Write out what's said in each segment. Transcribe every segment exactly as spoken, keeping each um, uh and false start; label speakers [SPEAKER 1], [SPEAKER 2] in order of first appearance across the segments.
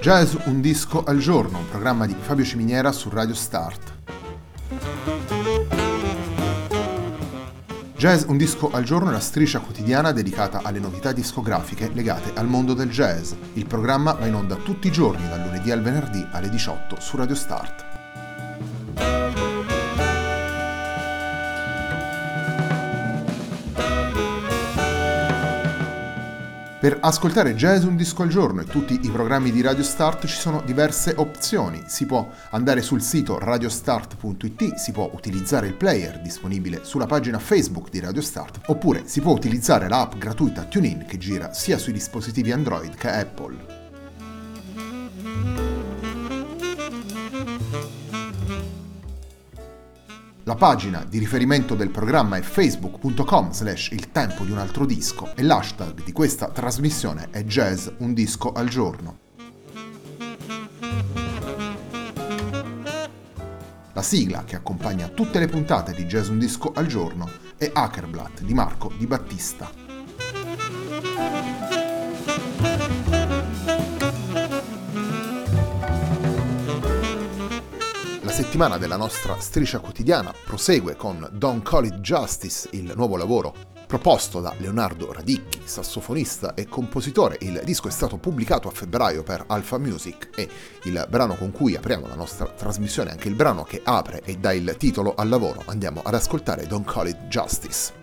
[SPEAKER 1] Jazz un disco al giorno, un programma di Fabio Ciminiera su Radio Start. Jazz un disco al giorno è la striscia quotidiana dedicata alle novità discografiche legate al mondo del jazz. Il programma va in onda tutti i giorni, dal lunedì al venerdì alle diciotto su Radio Start. Per ascoltare Jazz un disco al giorno e tutti i programmi di Radio Start ci sono diverse opzioni. Si può andare sul sito radiostart punto it, si può utilizzare il player disponibile sulla pagina Facebook di Radio Start, oppure si può utilizzare l'app gratuita TuneIn che gira sia sui dispositivi Android che Apple. La pagina di riferimento del programma è facebook punto com slash il tempo di un altro disco e l'hashtag di questa trasmissione è Jazz un disco al giorno. La sigla che accompagna tutte le puntate di Jazz un disco al giorno è Hackerblatt di Marco Di Battista. La settimana della nostra striscia quotidiana prosegue con Don't Call It Justice, il nuovo lavoro proposto da Leonardo Radicchi, sassofonista e compositore. Il disco è stato pubblicato a febbraio per Alpha Music e il brano con cui apriamo la nostra trasmissione, anche il brano che apre e dà il titolo al lavoro. Andiamo ad ascoltare Don't Call It Justice.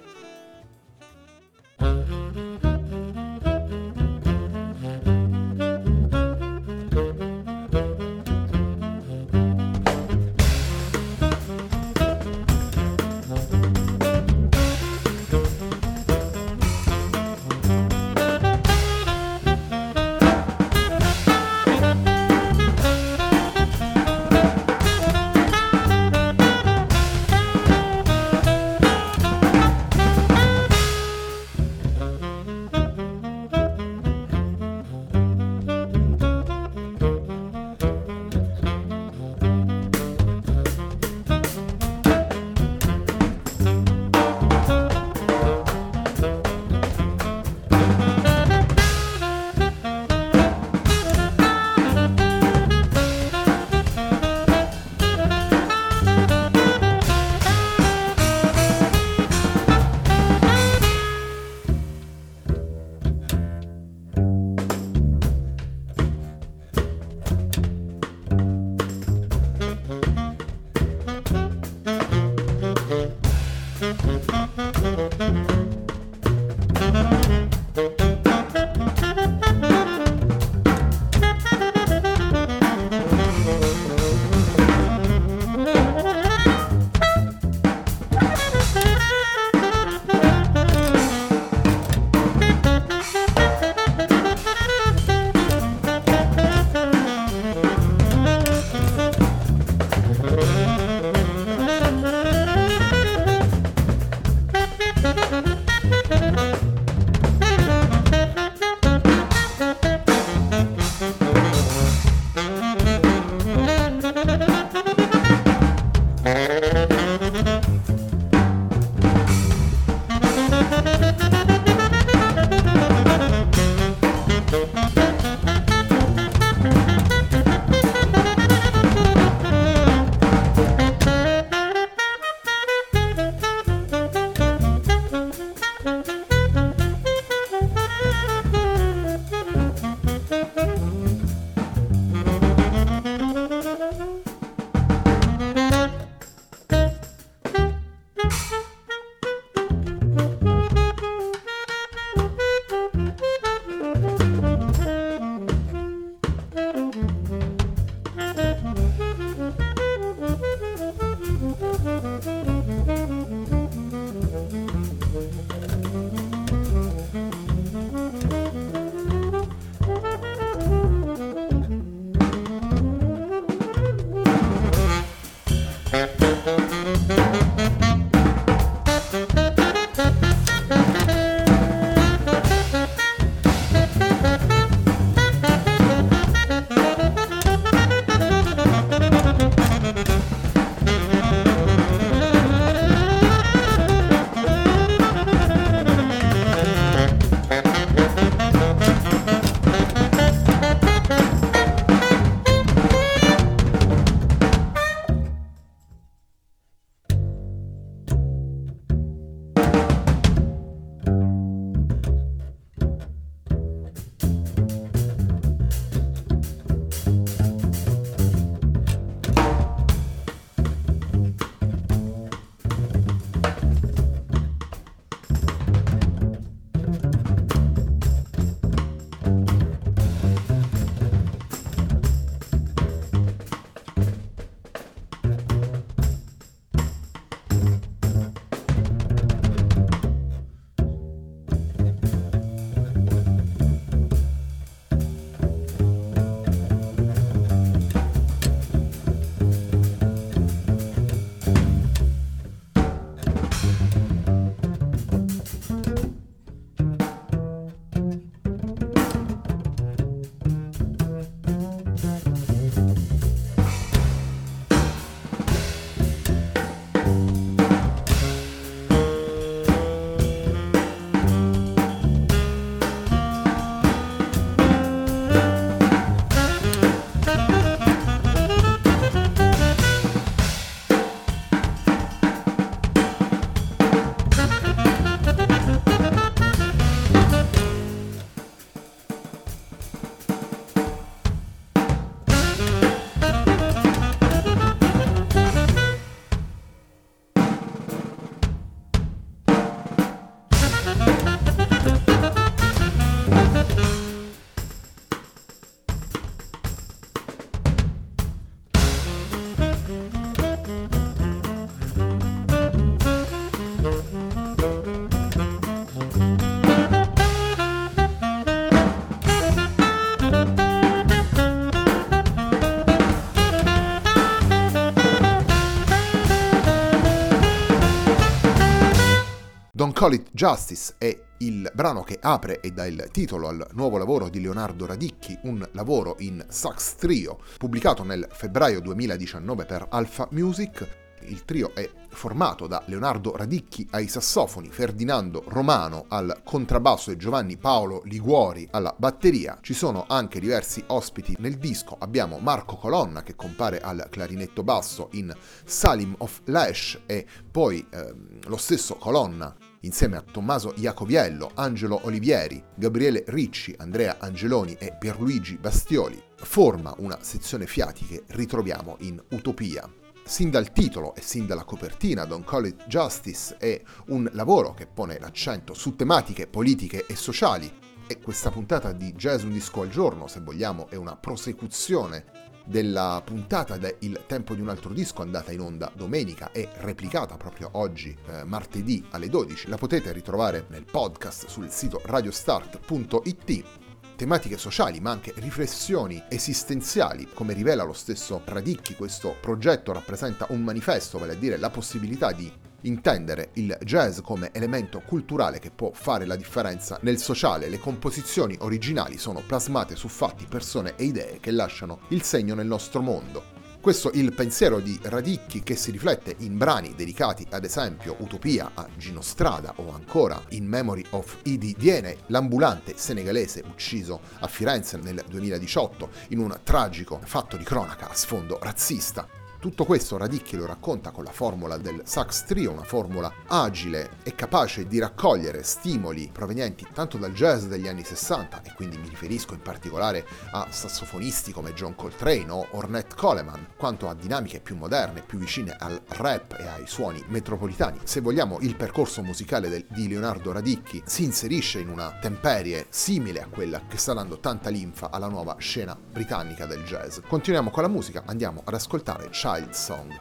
[SPEAKER 1] Call It Justice è il brano che apre e dà il titolo al nuovo lavoro di Leonardo Radicchi, un lavoro in sax trio pubblicato nel febbraio duemiladiciannove per Alpha Music. Il trio è formato da Leonardo Radicchi ai sassofoni, Ferdinando Romano al contrabbasso e Giovanni Paolo Liguori alla batteria. Ci sono anche diversi ospiti nel disco, abbiamo Marco Colonna che compare al clarinetto basso in Salim of Lash e poi ehm, lo stesso Colonna insieme a Tommaso Iacoviello, Angelo Olivieri, Gabriele Ricci, Andrea Angeloni e Pierluigi Bastioli forma una sezione fiati che ritroviamo in Utopia. Sin dal titolo e sin dalla copertina, Don't Call It Justice è un lavoro che pone l'accento su tematiche politiche e sociali e questa puntata di Jazz Un Disco al Giorno, se vogliamo, è una prosecuzione della puntata de Il Tempo di un Altro Disco andata in onda domenica e replicata proprio oggi, eh, martedì alle dodici. La potete ritrovare nel podcast sul sito radiostart punto it. Tematiche sociali ma anche riflessioni esistenziali. Come rivela lo stesso Radicchi, questo progetto rappresenta un manifesto, vale a dire la possibilità di intendere il jazz come elemento culturale che può fare la differenza nel sociale. Le composizioni originali sono plasmate su fatti, persone e idee che lasciano il segno nel nostro mondo. Questo è il pensiero di Radicchi che si riflette in brani dedicati ad esempio Utopia a Gino Strada o ancora In Memory of Idi Diene, l'ambulante senegalese ucciso a Firenze nel duemiladiciotto in un tragico fatto di cronaca a sfondo razzista. Tutto questo Radicchi lo racconta con la formula del sax trio, una formula agile e capace di raccogliere stimoli provenienti tanto dal jazz degli anni sessanta, e quindi mi riferisco in particolare a sassofonisti come John Coltrane o Ornette Coleman, quanto a dinamiche più moderne, più vicine al rap e ai suoni metropolitani. Se vogliamo, il percorso musicale del, di Leonardo Radicchi si inserisce in una temperie simile a quella che sta dando tanta linfa alla nuova scena britannica del jazz. Continuiamo con la musica, andiamo ad ascoltare Child Song.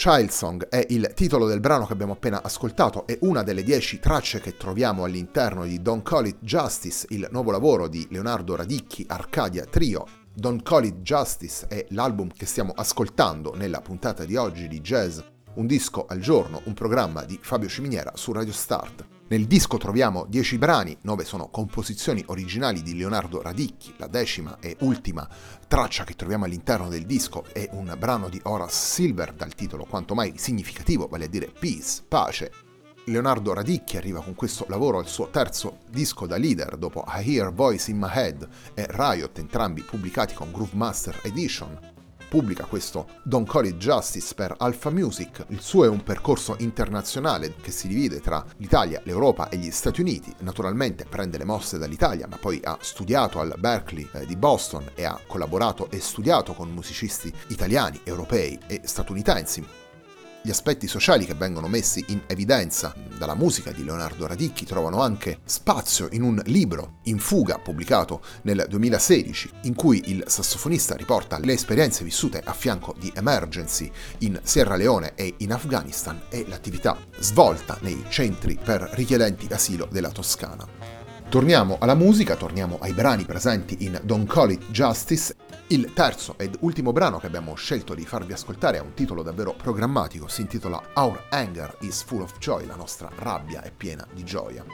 [SPEAKER 1] Child Song è il titolo del brano che abbiamo appena ascoltato, è una delle dieci tracce che troviamo all'interno di Don't Call It Justice, il nuovo lavoro di Leonardo Radicchi, Arcadia Trio. Don't Call It Justice è l'album che stiamo ascoltando nella puntata di oggi di Jazz Un disco al giorno, un programma di Fabio Ciminiera su Radio Start. Nel disco troviamo dieci brani, nove sono composizioni originali di Leonardo Radicchi, la decima e ultima traccia che troviamo all'interno del disco è un brano di Horace Silver dal titolo quanto mai significativo, vale a dire Peace, pace. Leonardo Radicchi arriva con questo lavoro al suo terzo disco da leader dopo I Hear Voice in My Head e Riot, entrambi pubblicati con Groove Master Edition. Pubblica questo Don't Call It Justice per Alpha Music. Il suo è un percorso internazionale che si divide tra l'Italia, l'Europa e gli Stati Uniti. Naturalmente prende le mosse dall'Italia, ma poi ha studiato al Berklee eh, di Boston e ha collaborato e studiato con musicisti italiani, europei e statunitensi. Gli aspetti sociali che vengono messi in evidenza dalla musica di Leonardo Radicchi trovano anche spazio in un libro in fuga pubblicato nel duemilasedici, in cui il sassofonista riporta le esperienze vissute a fianco di Emergency in Sierra Leone e in Afghanistan e l'attività svolta nei centri per richiedenti asilo della Toscana. Torniamo alla musica, torniamo ai brani presenti in Don't Call It Justice. Il terzo ed ultimo brano che abbiamo scelto di farvi ascoltare ha un titolo davvero programmatico, si intitola Our Anger is Full of Joy, la nostra rabbia è piena di gioia.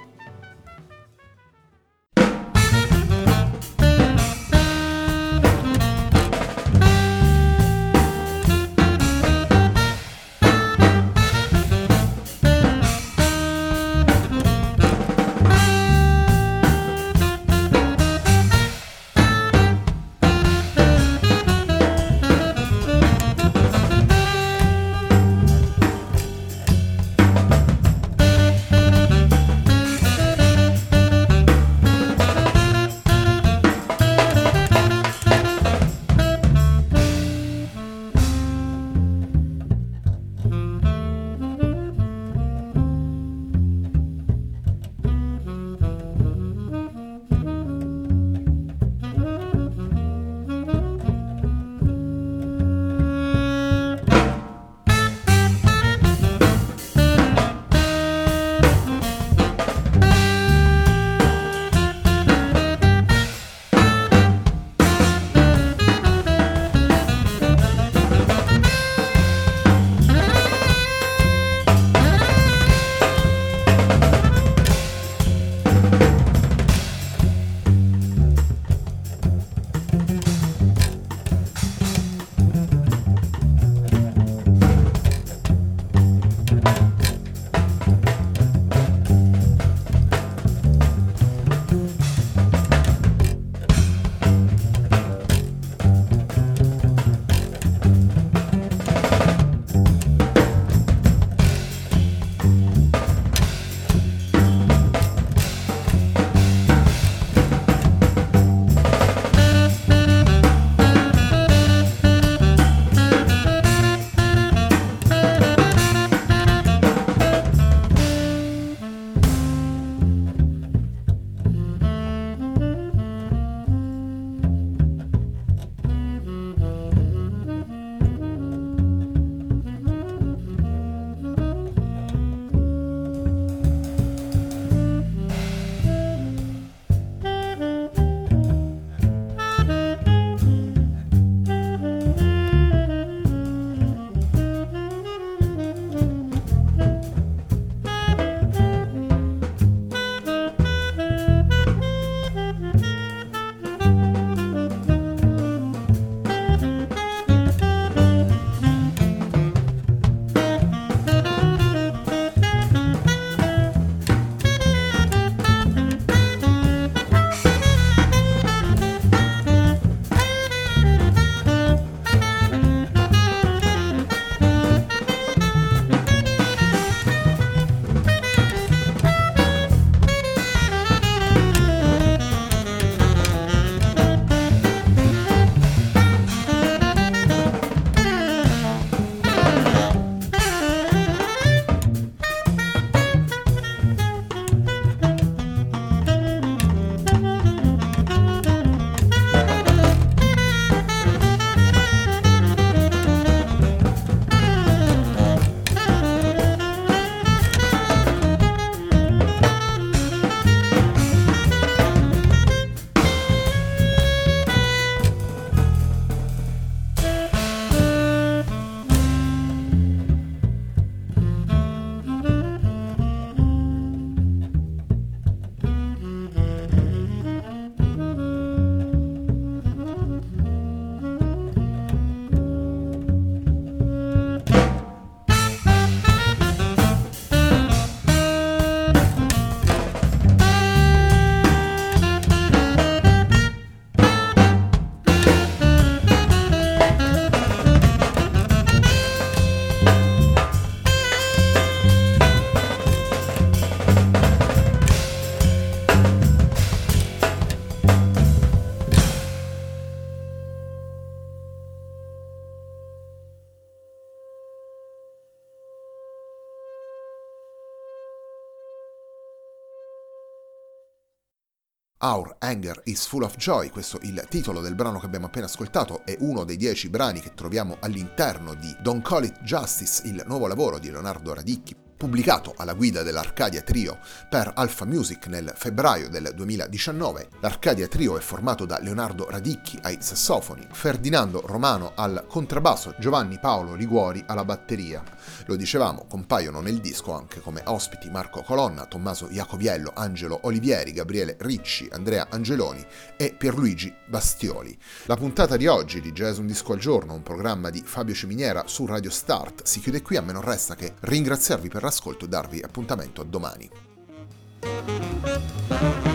[SPEAKER 1] Our Anger is Full of Joy, questo il titolo del brano che abbiamo appena ascoltato, è uno dei dieci brani che troviamo all'interno di Don't Call It Justice, il nuovo lavoro di Leonardo Radicchi, pubblicato alla guida dell'Arcadia Trio per Alpha Music nel febbraio del duemiladiciannove. L'Arcadia Trio è formato da Leonardo Radicchi ai sassofoni, Ferdinando Romano al contrabbasso, Giovanni Paolo Liguori alla batteria. Lo dicevamo, compaiono nel disco anche come ospiti Marco Colonna, Tommaso Iacoviello, Angelo Olivieri, Gabriele Ricci, Andrea Angeloni e Pierluigi Bastioli. La puntata di oggi di Jazz Un Disco al Giorno, un programma di Fabio Ciminiera su Radio Start, si chiude qui. A me non resta che ringraziarvi per l'ascolto e darvi appuntamento a domani.